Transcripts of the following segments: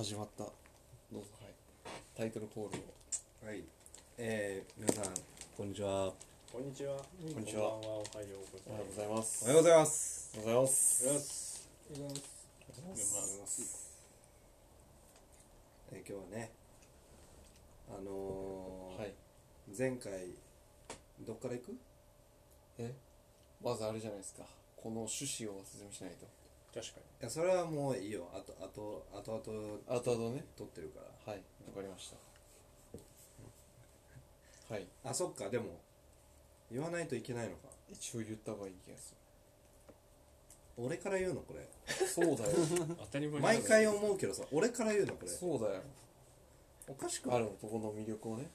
始まった。どうぞ。はい、タイトルコールを。 はい、皆さんこんにちは。 こんにちは。 こんにちは。 おはようございます。 おはようございます。 おはようございます。 おはようございます。 おはようございます。 今日はね、 はい。 前回どっから行く？ まずあれじゃないですか。この趣旨を説明しないと。 確かいや、それはもういいよ。あと後々ね。 撮ってるから。 はい。わかりました。はい。 あ、そっか。でも言わないといけないのか。 一応言った方がいい気がす俺から言うのこれ？ る。そうだよ。 に。当たり前毎回思うけどさ、俺から言うのこれ？ そうだよ。 おかしくない？ ある男の魅力をね、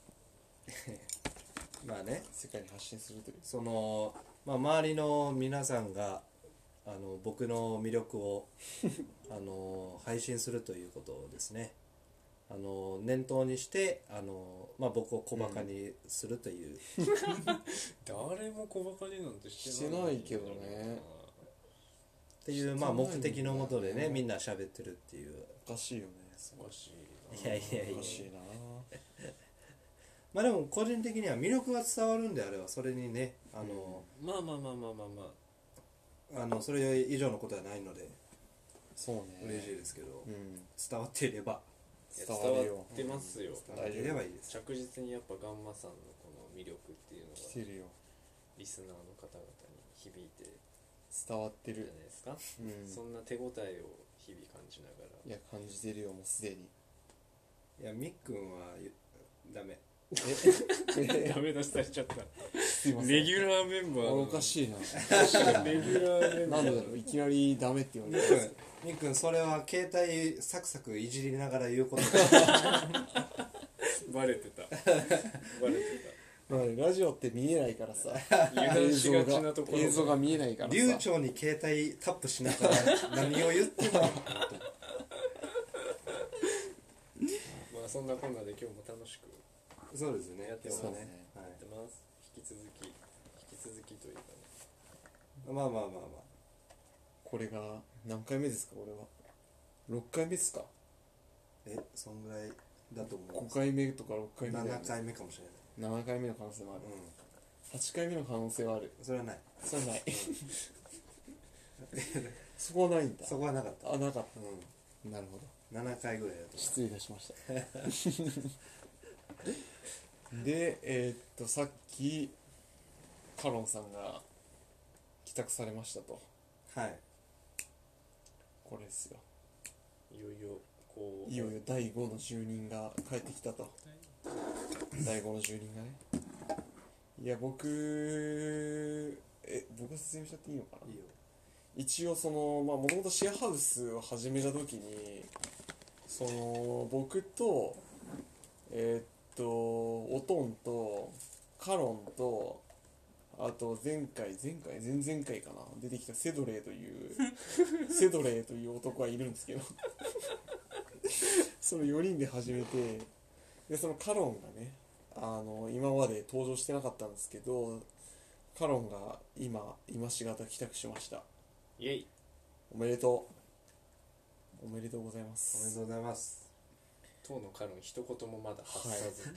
まあね、 世界に発信するという。 その周りの皆さんが僕の魅力を配信するということをですね、念頭にして僕を小バカにするという、 誰も小バカになんてしてないけどね。 っていう目的のもとでね、みんな喋ってるっていう。 おかしいよね。 おかしいいやいやいやおかしいな。 でも個人的には魅力が伝わるんであれば、それにねまあそれ以上のことはないのでそうね。 嬉しいですけど、 うん。 伝わっていれば伝伝わるよわってますよ。 伝わっていればいいです。 着実にやっぱガンマさんのこの魅力っていうのが来てるよ。 リスナーの方々に響いてる伝わってじゃる。 ないですか。 うん。 そんな手応えを日々感じながら。 いや、感じてるよ、もうすでに。 いや、みっくんはダメ。 ダメ出しされちゃった。 すいません。 レギュラーメンバーのおかしいな。 レギュラーメンバーなんでだろう、いきなりダメって言われて。 みっくん、それは携帯サクサクいじりながら言うことバレてた。バレてまあね、ラジオって見えないからさ、 た。油断しがちなところ映像が見えないからさ。 流暢に携帯タップしながら何を言ってんの。 まあそんなこんなで今日も楽しくそうですね、 やってます今日はねはやってます。引き続きというかね。 い、まあこれが何回目ですか、俺は。6回目ですか。 そんぐらいだと思う。 5回目とか6回目だよね。 7回目かもしれ 7回目の可能性もある。 ない。 8回目の可能性はある。 それはない。 それはないそこはないんだ。 そこはなかった。 あ、なかっうた。なるほど。 ん、7回ぐらいだと思失礼いたしましたで、さっきカロンさんが帰宅されましたと。 う。はい。 これですよ。 いよいよこういよいよ第5の住人が帰ってきたと。第5の住人がね。いや、僕が説明しちゃっていいのかな。 いいよ。 一応もともとシェアハウスを始めた時に、僕とおとんとカロンと、あと前々回かな、出てきたセドレーという男がいるんですけどその4人で始めて、でそのカロンがね、今まで登場してなかったんですけど、カロンが今しがた帰宅しました。 イエイ。 おめでとうございます。 おめでとうございます。 当のカロン一言もまだ発さず、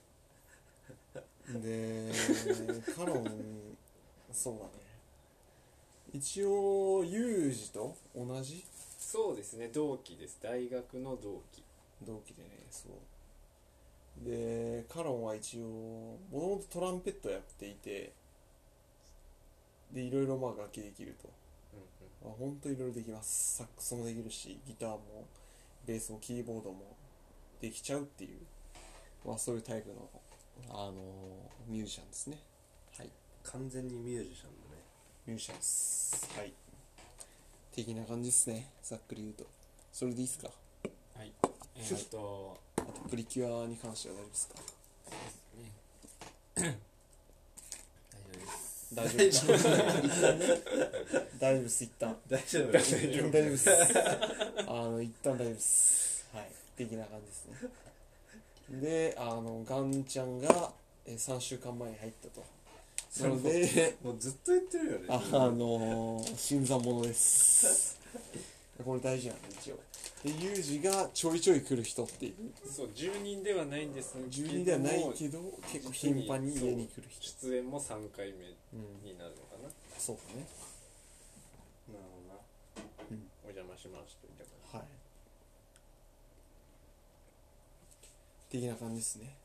でカロン、そうだね、一応ユージと同じそうですね、同期です。大学の同期。 同期でね。そうで、カロンは一応もともとトランペットやっていて、でいろいろ楽器できると。ほんといろいろできます。サックスもできるし、ギターもベースもキーボードもできちゃうっていう、そういうタイプのミュージシャンですね。はい、 完全にミュージシャンだね。 ミュージシャンです。はい、的な感じですね、ざっくり言うと。それでいいですか。 はい。 あとプリキュアに関しては大丈夫ですか。大丈夫です。大丈夫です。一旦大丈夫。 大丈夫です。一旦大丈夫です。はい、的な感じですね。で、ガンちゃんが3週間前に入ったと。なのでもうずっと言ってるよね。 新参者ですこれ大事なんで一応。 でユージがちょいちょい来る人っていうそう住人ではないんですけども、 住人ではないけど結構頻繁に家に来る人。 出演も3回目になるのかな、 そうだね。 なるほどな、お邪魔しますといった感はい。的な感じですね。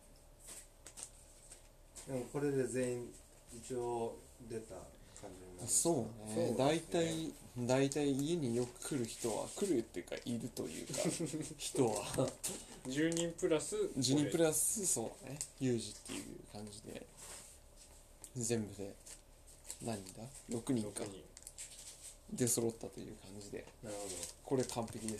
でもこれで全員一応出た感じになる。 そうね。 そう大ですね体家によく来る人は来るっていうかいるというか人はじ、10人プラス 10人プラスそうだね。ユージっていう感じで全部で何人だ？6人か。 6人出揃ったという感じでなるほこれ完璧です。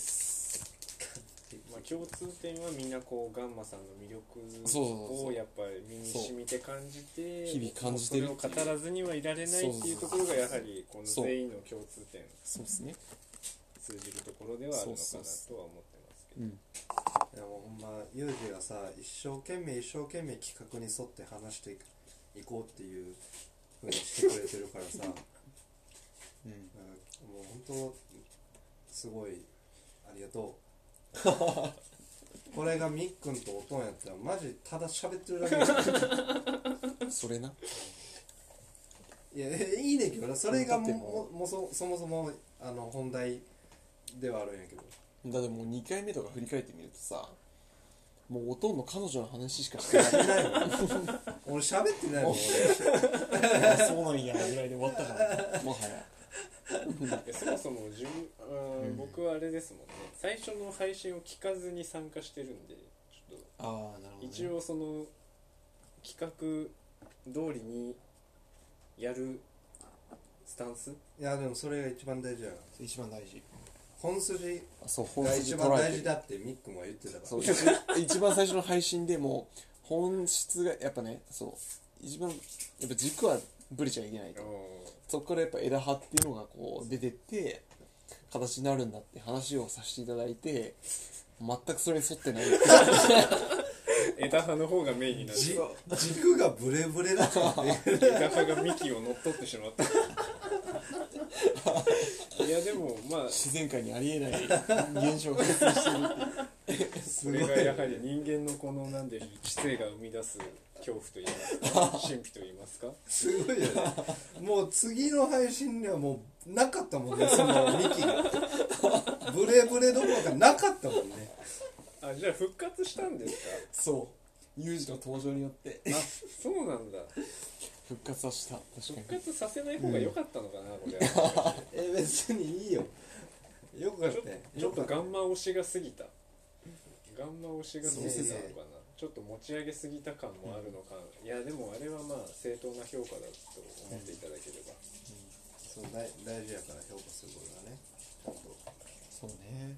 ど、まあ、共通点はみんなこうガンマさんの魅力そうそうそうをやっぱり身に染みて感じて、 日々感じてるっていうもうそれを語らずにはいられないっていうところがやはりこの全員の共通点そうですね。 通じるところではあるのかなとは思ってますけど、 うん。 いやもうほんまユージがさ一生懸命企画に沿って話していこうっていう風にしてくれてるからさうん。 もう本当すごいありがとうこれがみっくんとおとんやったらマジただ喋ってるだけだそれな。 いやいいねんけどなそれがだってもそもそも本題ではあるんやけどだってもう2回目とか振り返ってみるとさ、もうおとんの彼女の話しかしてない。 してないもん俺喋ってないもんあそうなんやぐらいで終わったからもはや。 そもそも僕はあれですもんね、最初の配信を聞かずに参加してるんでちょっとああなるほど、ね、 一応その企画通りにやるスタンス、 いやでもそれが一番大事やな一番大事。 本筋あそう本が筋一番大事捉えてる。 だってミックも言ってたからそう一番最初の配信でも本質がやっぱね、そう一番やっぱ軸はぶれちゃいけないと。そこからやっぱ枝葉っていうのがこう出てって形になるんだって話をさせていただいて、全くそれに沿ってないって枝葉の方がメインになって軸がブレブレだったっていう枝葉が幹を乗っ取ってしまったいやでもまあ自然界にありえない現象が発生してるってそれがやはり人間のこのなんで知性が生み出す恐怖といいますか神秘といいますか、 すごいよねもう次の配信にはもうなかったもんねその幹がブレブレどころかなかったもんねあじゃあ復活したんですそうユージの登場によってかあそうなんだ復活はした。確かに復活させない方が良かったのかな、これ別にいいよよかったよちょっとガンマ推しが過ぎたガンマ推しが過ぎたのかな、ちょっと持ち上げすぎた感もあるのかな、いやでもあれはまあ正当な評価だと思っていただければ、 そう大事やから評価することがねちゃんとそうね。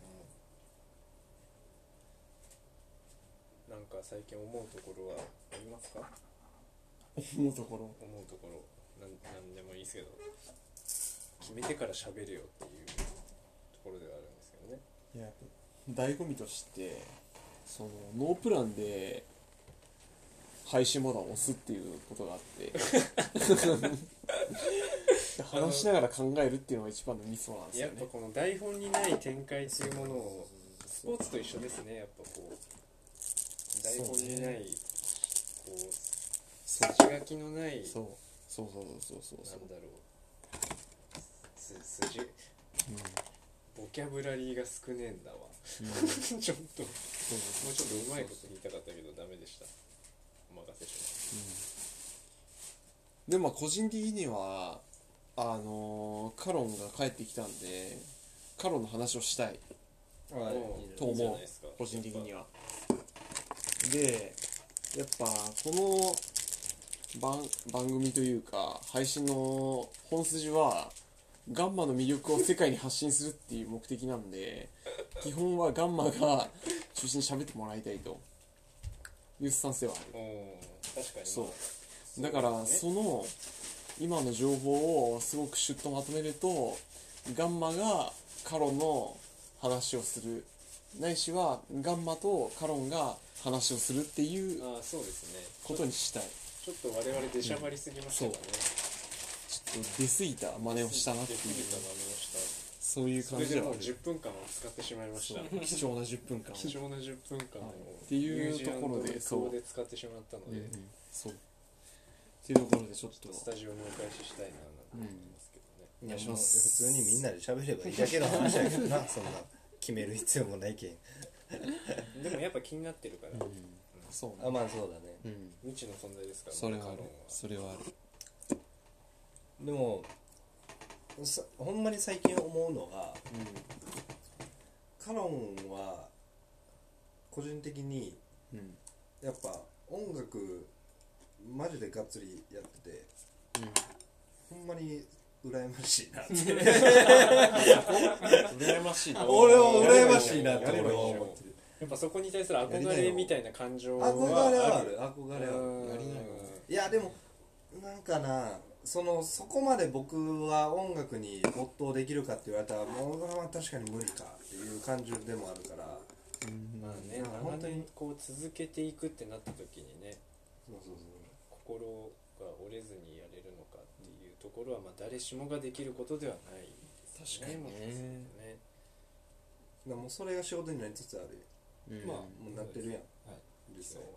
なんか最近思うところはありますか？ 思うところ思うところなんでもいいですけど決めてから喋れよっていうところではあるんですけどね。 いや醍醐味としてそのノープランで配信ボタンを押すっていうことがあって話しながら考えるっていうのが一番のミソなんですよね。 やっぱこの台本にない展開っていうものをスポーツと一緒ですね。やっぱこう台本にない、こう筋書きのないそうなんだろう筋ボキャブラリーが少ねえんだわちょっともうちょっとうまいこと言いたかったけどダメでした。お任せします。 でもまあ個人的にはカロンが帰ってきたんでカロンの話をしたいと思う個人的には。でやっぱこの番組というか配信の本筋はガンマの魅力を世界に発信するっていう目的なんで基本はガンマが中心に喋ってもらいたいというスタンスではある。 確かに、 そうだからその今の情報をすごくシュッとまとめるとガンマがカロンの話をするないしはガンマとカロンが話をするっていうそうですねことにしたい。 ちょっと我々出しゃばりすぎましたかね、 ちょっと出過ぎた真似をしたなっていう。 出過ぎた真似をしたそういうそれでもう感じだわ 10分間を使ってしまいました貴重な10分間を貴重な10分間をっていうところでそうで使ってしまったので、 そうっていうところでちょっとスタジオにお返ししたいななんて思いますけどね、 いやもう普通にみんなで喋ればいいだけの話やけどなそんな決める必要もないけんでもやっぱ気になってるから、 そうねあまあそうだね未知の存在ですからそれはあるカロンはそれはあるでもほんまに最近思うのがカロンは個人的にやっぱ音楽マジでがっつりやっててほんまに羨ましいなって羨ましいな俺は羨ましいなって俺やればいいじゃんは思ってるやっぱそこに対する憧れみたいな感情は憧れはある憧れはあるやりなよいやでもなんかなそこまで僕は音楽に没頭できるかって言われたらもう俺は確かに無理かっていう感じでもあるからまあね本当に長年こう続けていくってなった時にねそうそうそう心が折れずにやれるのかっていうところはまあ誰しもができることではないですね。 確かにねもちろんねだからもうそれが仕事になりつつあるよまあもうなってるやんはい実際は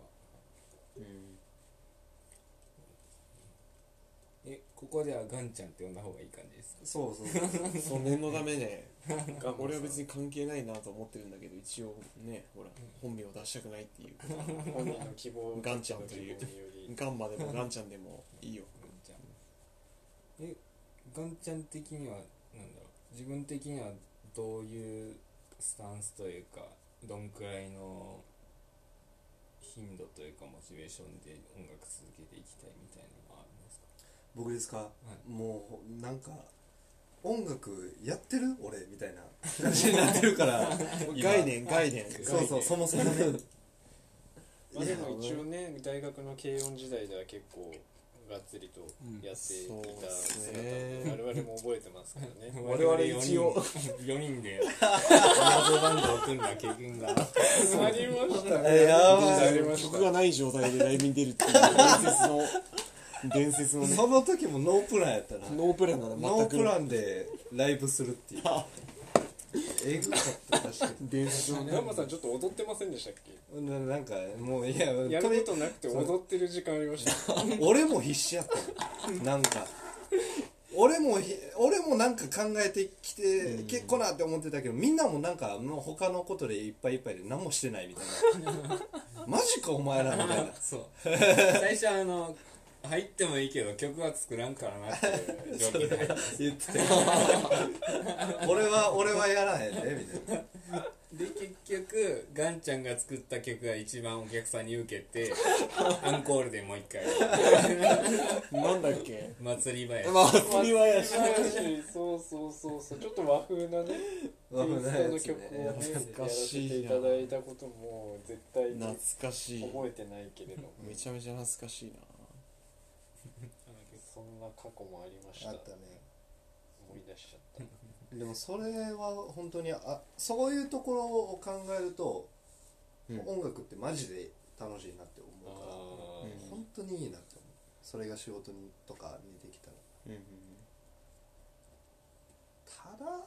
ここではガンちゃんって呼んだ方がいい感じですか？ そうそうそうそう念のためねガンマさん俺は別に関係ないなと思ってるんだけど一応ねほら本名を出したくないっていう本人の希望ガンちゃんという希望によりガンマでもガンちゃんでもいいよガンちゃんガンちゃん的にはなんだろう自分的にはどういうスタンスというかどんくらいの頻度というかモチベーションで音楽続けていきたいみたいなのはあるんですか？ 僕ですかいもうなんか音楽やってる俺みたいな感じになってるから今概念そうそうそもそもねまあでも一応ね大学の軽音時代では結構がっつりとやっていそうたです姿ねを我々も覚えてますからね我々一応 4人で謎バンドを組んだ経験がありましたねやばいありました曲がない状態でライブに出るっていう伝説のねその時もノープランやったなノープランならノー全くプランでライブするっていうえぐかった確か伝説のねガンマさんちょっと踊ってませんでしたっけになんかもういややることなくて踊ってる時間ありました俺も必死やったよなんか俺もなんか考えてきて結構なって思ってたけどみんなもなんかもう他のことでいっぱいいっぱいで何もしてないみたいなマジかお前らみたいなそう最初入ってもいいけど曲は作らんからなっていう状況で入ってます言ってて俺はやらへんねみたいなで結局ガンちゃんが作った曲が一番お客さんに受けてアンコールでもう一回なんだっけ祭り林、 まあ振りはやしそうちょっと和風なね和風なやつねテイストの曲をねやらせ懐かしいなていただいたことも絶対懐かしい覚えてないけれどもめちゃめちゃ懐かしいなそんな過去もありましたあったね思い出しちゃったでもそれは本当にそういうところを考えると、音楽ってマジで楽しいなって思うから本当にいいなって思うそれが仕事にとかにできたらただ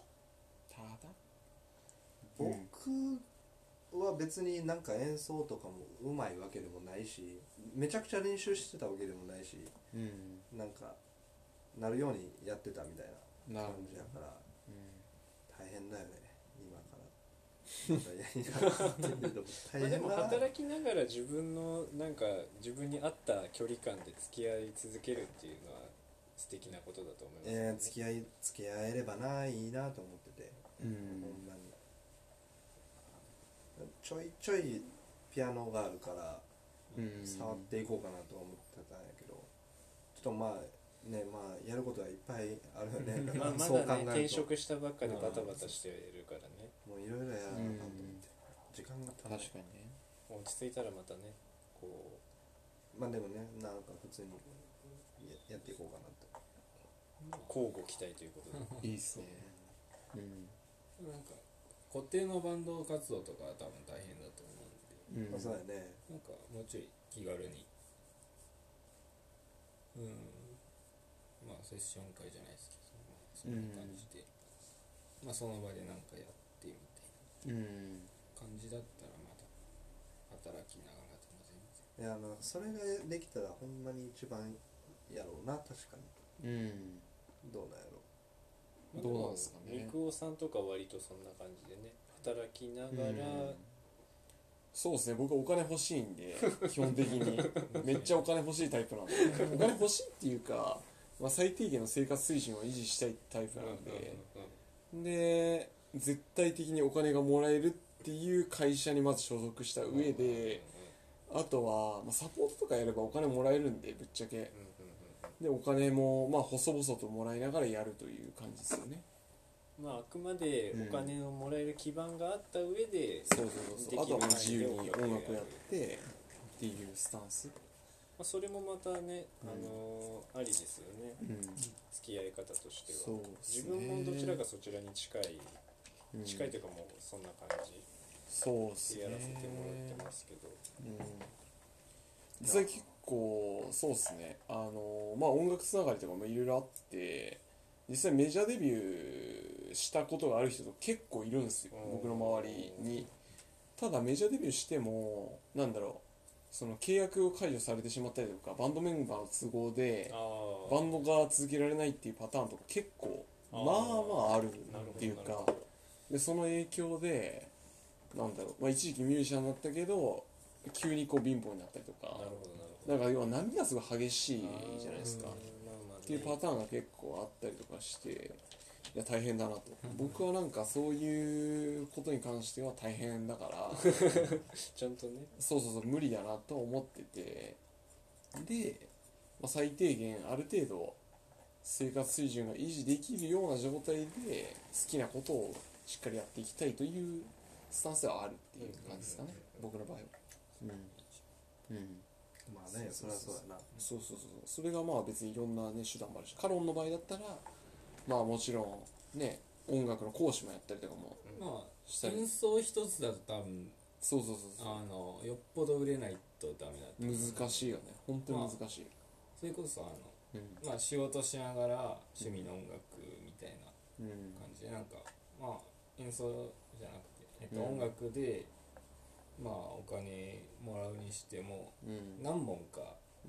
僕は別になんか演奏とかもうまいわけでもないしめちゃくちゃ練習してたわけでもないしなんかなるようにやってたみたいな感じやから大変だよね今からやりながらっていうのも大まあで変だなも働きながら自分のなんか自分に合った距離感で付き合い続けるっていうのは素敵なことだと思いますね、 付き合えればないいなと思っててほんまにちょいちょいピアノがあるから触っていこうかなとは思ってたんやけどちょっとまあねやることはいっぱいあるよねまあまそう考だね転えると職したばっかでバタバタしてるからねもういろいろやらなあかんと思って時間が足らない確かにね落ち着いたらまたねこまあでもねなんか普通にやっていこうかなとう交互期待ということでいいっすねなんか固定のバンド活動とかは多分大変だと思うんでそうやねなんかもうちょい気軽にまあセッション会じゃないですけど、そんな感じで、 まあ、その場でなんかやってみたいな感じだったらまた働きながらでも全然いやそれができたらほんまに一番やろうな。確かにどうなんやろどうなんですかね。 三久さんとか割とそんな感じでね働きながら、 そうですね、僕はお金欲しいんで基本的にめっちゃお金欲しいタイプなんでお金欲しいっていうか、まあ、最低限の生活水準を維持したいタイプなんで、絶対的にお金がもらえるっていう会社にまず所属した上で、あとは、まあ、サポートとかやればお金もらえるんでぶっちゃけでお金もまあ細々ともらいながらやるという感じですよね。 まああくまでお金をもらえる基盤があった上で、 そうあとはまあ自由に音楽やってっていうスタンス、 まあ、それもまたね、ありですよね、付き合い方としては。 そうですね、 自分もどちらかそちらに近いというかもうそんな感じそうですねでやらせてもらってますけど、 実際結構そうですね、まあ音楽つながりとかもいろいろあって実際メジャーデビューしたことがある人と結構いるんですよ、僕の周りに。ただメジャーデビューしてもなんだろう、その契約を解除されてしまったりとかバンドメンバーの都合でバンドが続けられないっていうパターンとか結構まああるっていうか、でその影響でなんだろう、まあ、一時期ミュージシャンだったけど急にこう貧乏になったりとか、なんか要は波がすごい激しいじゃないですかっていうパターンが結構あったりとかして、いや大変だなと、僕はなんかそういうことに関しては大変だからちゃんとねそう無理だなと思ってて、で、まあ、最低限ある程度生活水準が維持できるような状態で好きなことをしっかりやっていきたいというスタンスはあるっていう感じですかね、僕の場合は。 まあね、それはそうやな。 そうそれがまあ別にいろんなね手段もあるし、カロンの場合だったらまあもちろんね音楽の講師もやったりとかもましたり、 あ演奏一つだと多分そうよっぽど売れないとダメだと思う。 難しいよね、本当に難しい、 それこそまあ仕事しながら趣味の音楽みたいな感じでなんかまあ演奏じゃなくて、音楽でまあお金もらうにしても何本か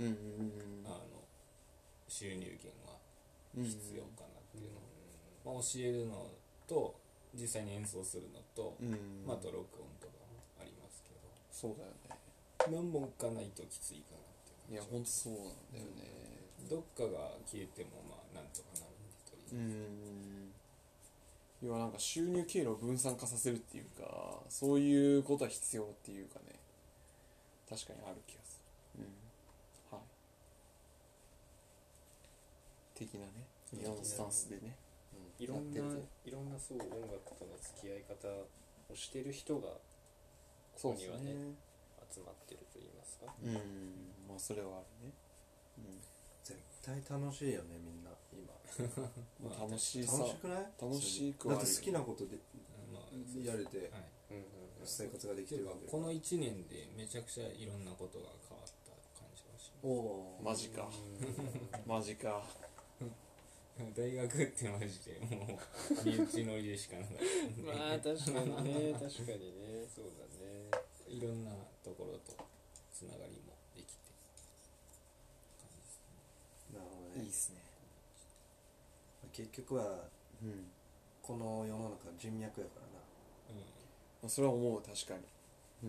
収入源は必要かなっていうのを、まあ、教えるのと実際に演奏するのと、まあ、あと録音とかもありますけど、 そうだよね、 何本かないときついかなっていう。 いやほんとそうなんだよね、 どっかが消えてもまあなんとかなるんでとりあえず要はなんか収入経路を分散化させるっていうか、そういうことは必要っていうかね、確かにある気がする、はい的なね、いろんなスタンスでね、 いろんなそう音楽との付き合い方をしてる人がここにはね集まってると言いますか、 まあそれはあるね、 絶対楽しいよねみんな今。 まあ、楽しさ楽しくない？ 楽しくだはあるよって好きなことでやれてはい生活ができていうかてるわけこの1年でめちゃくちゃいろんなことが変わった感じがしおおマジかマジか、 ます大学ってマジでもう身内乗りでしかなかったまあ確かにねそうだね、 いろんなところとつながりもできてなるほどね。 いいっすね、 結局はこの世の中人脈やからな。 まあ、それは思う、確かに、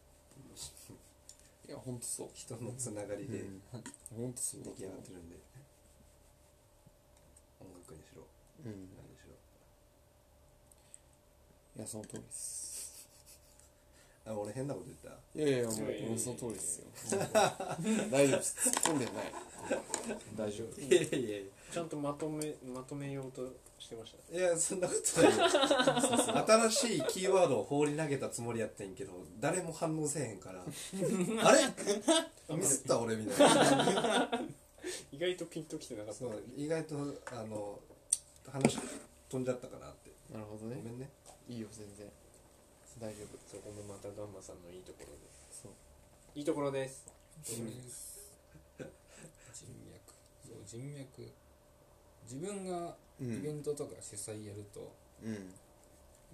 いやほんとそう、 人のつながりでほんとそうだ出来上がってるんで、音楽にしろ何にしろ。 いやその通りです。 あ、俺変なこと言った？ いやもうその通りですよ。大丈夫です、突っ込んでない、大丈夫。 いやいやいちゃんとまとめようとしてました。 やいや、そんなことないよ。新しいキーワードを放り投げたつもりやったんやけど誰も反応せえへんからあれミスった俺みたいな。 意外とピンときてなかった。 そう、意外と話飛んじゃったかなって。 なるほどね、 ごめんね。 いいよ全然大丈夫。 そこもまたガンマさんのいいところで、 そういいところです。 人脈自分がイベントとか主催やると、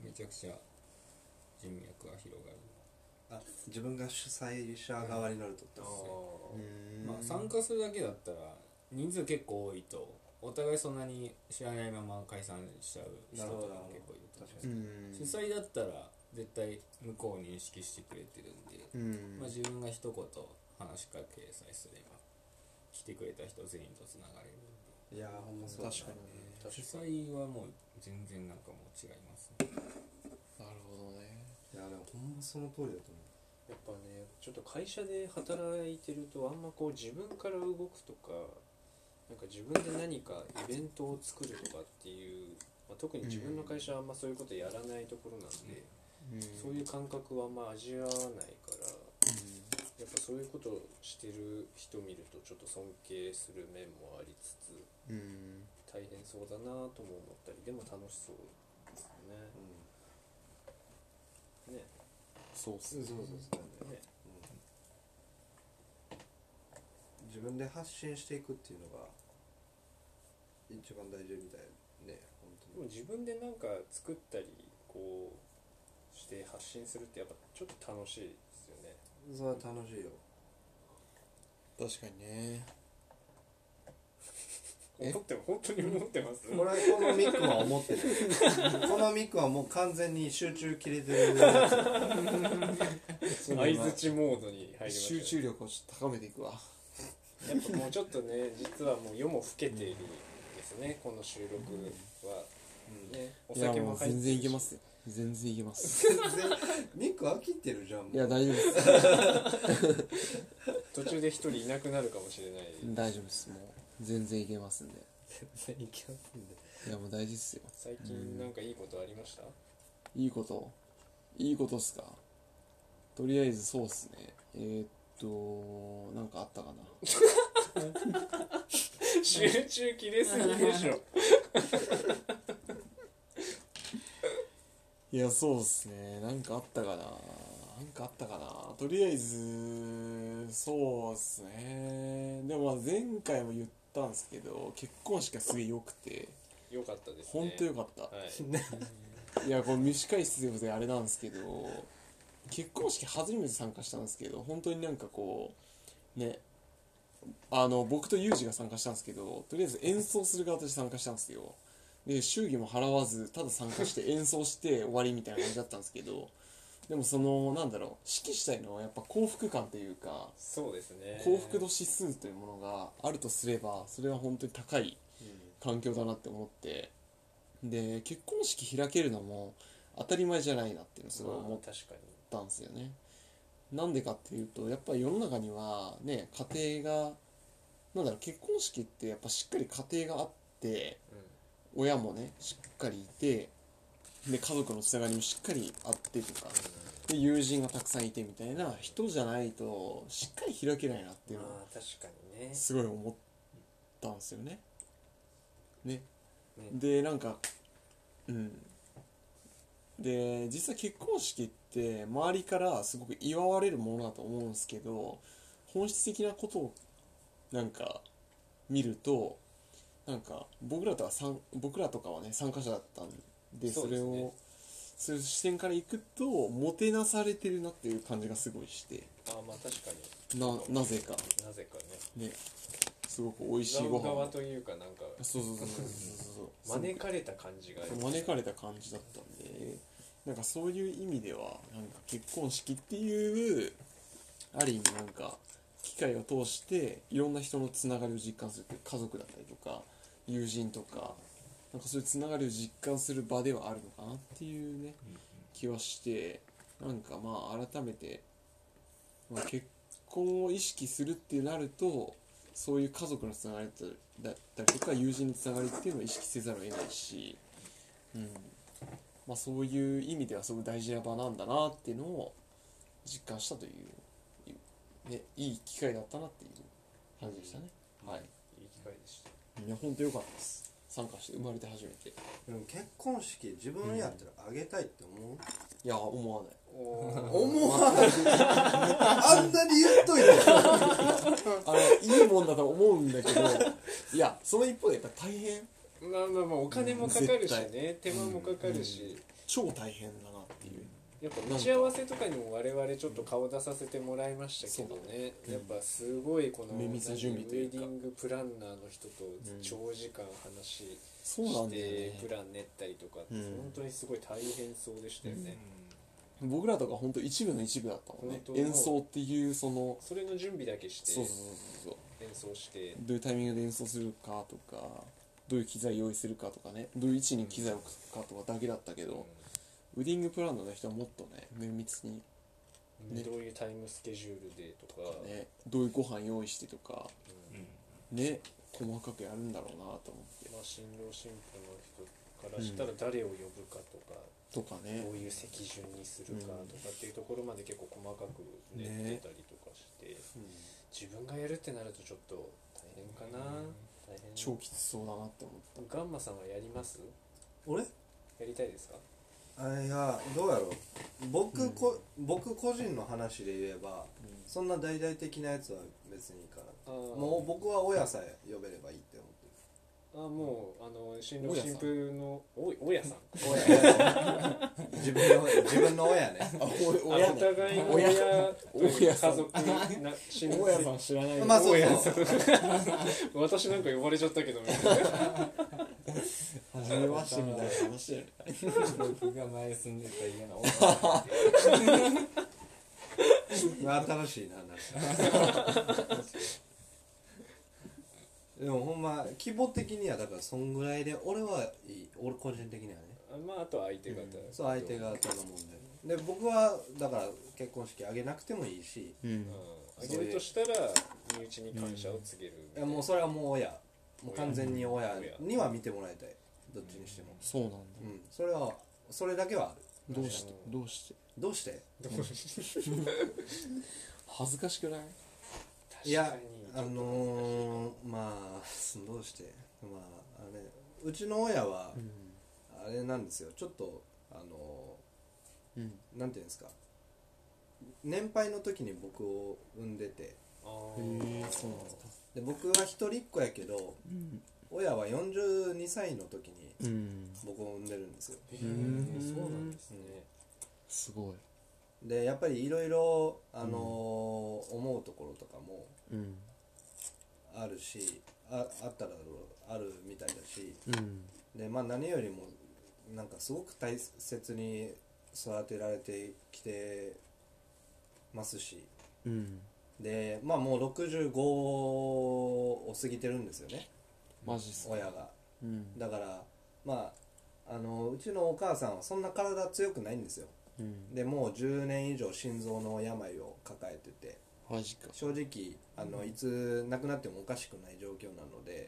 めちゃくちゃ人脈が広がる。 あ、自分が主催者側になるとってことですね。 まあ参加するだけだったら人数結構多いとお互いそんなに知らないまま解散しちゃう人とか結構いると思うんですけど、主催だったら絶対向こうに認識してくれてるんで、まあ、自分が一言話しかけさえすれば来てくれた人全員とつながれるんで。 いやーほんまそうだ確かにね。 主催はもう全然なんかもう違いますね。 なるほどね。 いやでもほんまその通りだと思う。 やっぱねちょっと会社で働いてるとあんまこう自分から動くとかなんか自分で何かイベントを作るとかっていう、まあ、特に自分の会社はあんまそういうことやらないところなんで、そういう感覚はあんま味わわないから、やっぱそういうことをしてる人見るとちょっと尊敬する面もありつつ、大変そうだなとも思ったりでも楽しそうですよね。ね。 そうっすね。 そうね。自分で発信していくっていうのが一番大事みたいね。本当にでも自分でなんか作ったりこうして発信するってやっぱちょっと楽しいですよね。 それは楽しいよ。 確かにね。 本当に思ってます。 このミックは思ってる。このミックはもう完全に集中切れてる。 相づちモードに入りましたね。 集中力をちょっと高めていくわ。 やっぱもうちょっとね実はもう夜も更けているんですね、この収録は、ね、おいやもう酒も入ってるし全然いけますよ。全然いけます。 ミック飽きてるじゃん。もういや大丈夫です。 途中で一人いなくなるかもしれない。 大丈夫です。もう全然いけますんで。 全然いけますんで。 いやもう大事っすよ。 最近なんかいいことありました？ いいことっすか。とりあえずそうっすね。なんかあったかな。 集中切れすぎでしょ。 いやそうっすね。なんかあったかな。とりあえずそうっすね。でもまあ前回も言ったんですけど結婚式がすげえ良くて良かったですね。 ほんと良かった。 はい。 いやこれ短い出場であれなんですけど結婚式初めて参加したんですけど本当になんかこうね僕とユージが参加したんですけどとりあえず演奏する側として参加したんですよ。で祝儀も払わずただ参加して演奏して終わりみたいな感じだったんですけどでもそのなんだろう式したいのはやっぱ幸福感というかそうですね。 幸福度指数というものがあるとすればそれは本当に高い環境だなって思ってで結婚式開けるのも当たり前じゃないなっていうのをすごい思っ確かに。 たんですよね。なんでかっていうとやっぱり世の中にはね家庭がなんだろう結婚式ってやっぱしっかり家庭があって親もねしっかりいてで家族のつながりもしっかりあってとかで友人がたくさんいてみたいな人じゃないとしっかり開けないなっていうのを確かにね。 すごい思ったんですよね。でなんかで実は結婚式って周りからすごく祝われるものだと思うんですけど本質的なことをなんか見るとなんか僕らとかはね参加者だったんでそれをそういう視点からいくともてなされてるなっていう感じがすごいしてまあ確かになぜかねすごく美味しいご飯側というかなんかそう招かれた感じがある。 招かれた感じだったんでなんかそういう意味ではなんか結婚式っていうある意味なんか機会を通していろんな人のつながりを実感する家族だったりとか友人とかなんかそういうつながりを実感する場ではあるのかなっていうね気はしてなんかまあ改めて、結婚を意識するってなるとそういう家族のつながりだったりとか友人のつながりっていうのを意識せざるを得ないし、そういう意味ではすごく大事な場なんだなっていうのを実感したという、ね、いい機会だったなっていう感じでしたね。はい。 いい機会でした。 いや本当良かったです。参加して生まれて初めて。 でも結婚式自分やったらあげたいって思う？ いや思わない。 思わない。あんなに言っといて。 いいもんだと思うんだけどいやその一方でやっぱ大変。 まあお金もかかるしね、手間もかかるし、 超大変だなっていう。 やっぱ打ち合わせとかにも我々ちょっと顔出させてもらいましたけどね、やっぱすごいこの綿密な準備というかウェディングプランナーの人と長時間話そうなんだよしてね。 プラン練ったりとかってうん本当にすごい大変そうでしたよね、 僕らとか本当一部の一部だったもんね。 本当演奏っていうその、 それの準備だけしてそうそうそうそう。 演奏してどういうタイミングで演奏するかとか、どういう機材用意するかとかね、どういう位置に機材を置くかとかだけだったけど、ウェディングプランナーの人はもっとね、綿密にねどういうタイムスケジュールでとか、 ね、どういうご飯用意してとか、 うんね、細かくやるんだろうなと思って。 まあ、新郎新婦の人からしたら誰を呼ぶかとか、 とかねどういう席順にするかとかっていうところまで結構細かく練ってたりとかして、自分がやるってなるとちょっと大変かな、大変。 超きつそうだなって思った。 ガンマさんはやります？ 俺やりたいですか？ いやどうやろう、僕個人の話で言えば、そんな大々的なやつは別にいいかな。もう僕は親さえ呼べればいいって思ってる。 もう新郎新婦の親さん自分の親ね。 親お互いの親家族な新郎親さん知らない。 まあそう親そう私なんか呼ばれちゃったけどみたいな初めましてみたいな話だよね。 僕が前住んでた家の女新しいななんかでもほんま規模的にはだからそんぐらいで俺はいい、俺個人的にはね。 まああとは相手方、 そう相手方の問題で、僕はだから結婚式挙げなくてもいいし、 あげるとしたら身内に感謝を告げるみたいな、 もうそれはもう親、もう完全に親には見てもらいたい、どっちにしても。 そうなんだ。 それはそれだけはある。 どうしてどうしてどうして恥ずかしくない？ いや確かにまあどうしてまあうちの親はあれなんですよ、ちょっとなんていうんですか、年配の時に僕を産んでて、 そうなんだ。 で僕は一人っ子やけど、親は42歳の時に僕を産んでるんですよ。 そうなんですね、 すごい。 でやっぱりいろいろ思うところとかもあるし、あったらあるみたいだし、でまあ何よりもなんかすごく大切に育てられてきてますし、でまあもう65を過ぎてるんですよね、 マジっすか。 親が。だからまあうちのお母さんはそんな体強くないんですよ。でもう10年以上心臓の病を抱えてて、 マジか。 正直いつ亡くなってもおかしくない状況なので、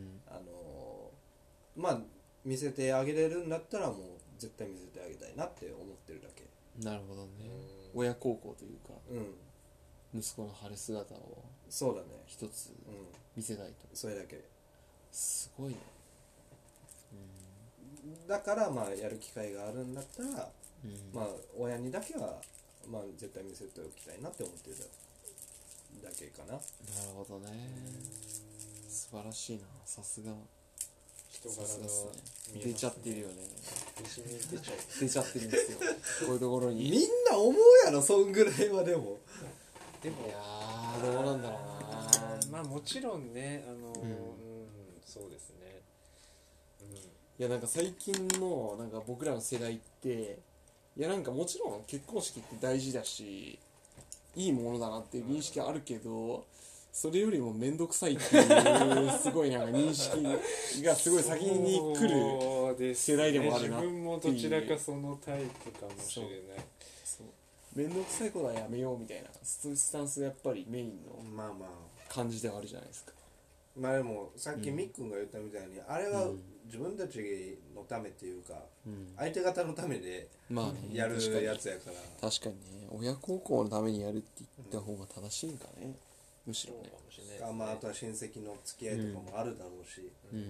まあ見せてあげれるんだったらもう絶対見せてあげたいなって思ってるだけ。 なるほどね。親孝行というか、 うん息子の晴れ姿をそうだね。 一つうん見せたいと。 それだけすごいね。 だからまあやる機会があるんだったら、まあ親にだけはまあ絶対見せておきたいなって思ってるだけかな。 なるほどね。素晴らしいな。さすが。 人さすがっすね。 柄が出ちゃってるよね。 にじみ出ちゃう。 出ちゃってるんですよ。こういうところに。 みんな思うやろそんぐらいは。でもでもいやー、どうなんだろうな。 まあもちろんねそうですね。 いやなんか最近のなんか僕らの世代っていやなんかもちろん結婚式って大事だしいいものだなっていう認識あるけど、それよりも面倒くさいっていうすごいなんか認識がすごい先に来るそうですね、 世代でもあるなっていう。 自分もどちらかそのタイプかもしれない。 そう面倒くさいことはやめようみたいなスタンスがやっぱりメインのまあまあ感じではあるじゃないですか。 まあでもさっきみっくんが言ったみたいに、あれは自分たちのためっていうか、相手方のためでまあね、 やる確かにやつやから確かにね、親孝行のためにやるって言った方が正しいんかね、むしろね。 かもしれないですね。 まあ、あとは親戚の付き合いとかもあるだろうし、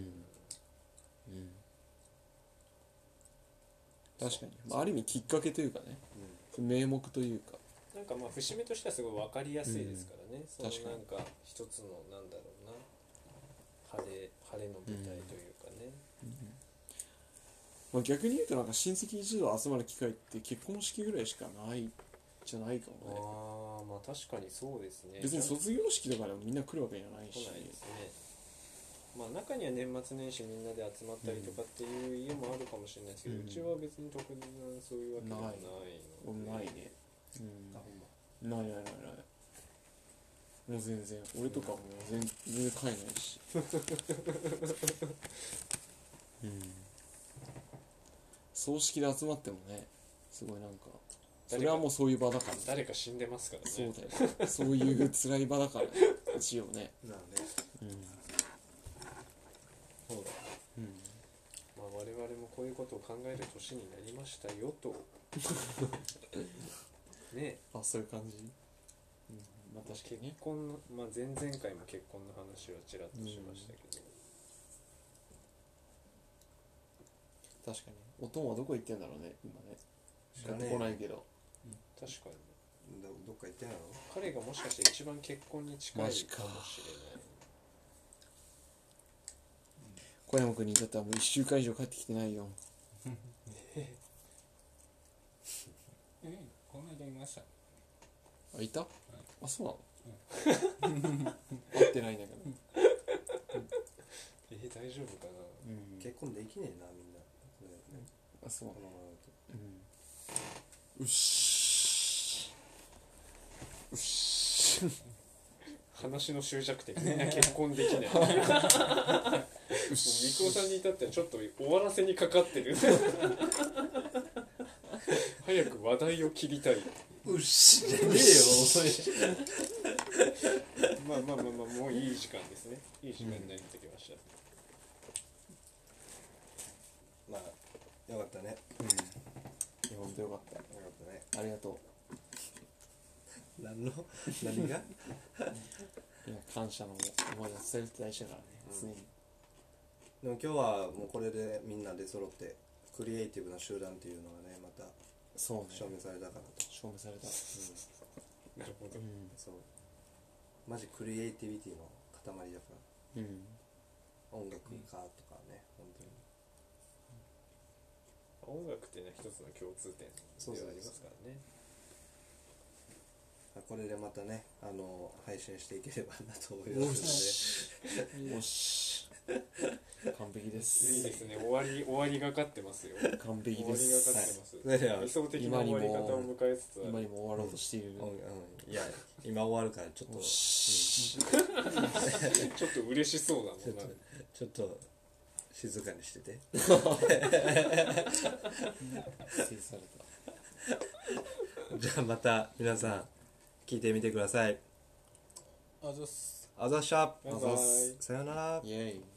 確かに、まあ、ある意味きっかけというかね、名目というか。 なんかまあ節目としてはすごい分かりやすいですからね、その確かになんか一つのなんだろうな晴れの舞台というかね、 まあ、逆に言うとなんか親戚一同集まる機会って結婚式ぐらいしかないじゃないかもね。 ああまあ確かにそうですね。 別に卒業式とかでもみんな来るわけじゃないし。 来ないですね。まあ中には年末年始みんなで集まったりとかっていう家もあるかもしれないですけど、うちは別に特段そういうわけでもないので。 ないね。 あほんまないないないない。もう全然俺とかも全然買えないし。葬式で集まってもね、すごいなんかそれはもうそういう場だから。 誰か死んでますからね。 そうだよ。そういう辛い場だから一応ね。 なるねそうだ。まあ我々もこういうことを考える年になりましたよと。ね。 あ、そういう感じ。まあ確かにね。 結婚のまあ前々回も結婚の話はちらっとしましたけど。 確かに。おとんはどこ行ってんだろうね今ね。帰って知らねえこないけど。 確かに。 どっか行ってんやろ。 彼がもしかして一番結婚に近いかもしれない。 小山君に至ってはもう1週間以上帰ってきてないよ。 この間いました。 あ、いた？あ、そうなの？会ってないんだけど。 大丈夫かな。 結婚できねえなみんなあ、そうなの。 このままだとうっしうっし話の終着点みんな結婚できない。 うっし三久さんに至ってはちょっと終わらせにかかってる。早く話題を切りたい。 うっしじゃねえよまあもういい時間ですね。いい時間になってきました。 まあよかったね。 いや、ほんとよかった。 よかったね。 ありがと何がう。いや、感謝の思いが伝えるって大事だからね、常に。 でも今日はもうこれでみんなで揃ってクリエイティブな集団っていうのがねまたそうね。 証明されたかなと。 証明された。 なるほど。 そうマジクリエイティビティの塊だかうん。 ら音楽家とかね本当に音楽っていうのは一つの共通点ではありますからね。 これでまたね配信していければなと思いますよし。完璧でいいす。 ですね。終わりがかってますよ。 完璧終わりがです。 かってます。 ので、はい、 理想的な終わり方を迎えつつある。 今にも終わろうとしている。 いや今終わるからちょっとちょっと嬉しそうだもんな。 ちょっと静かにしてて制された。 じゃあまた皆さん聞いてみてください。 あざっす。 あざっしゃバイバイ。 さよなら。 イエイ。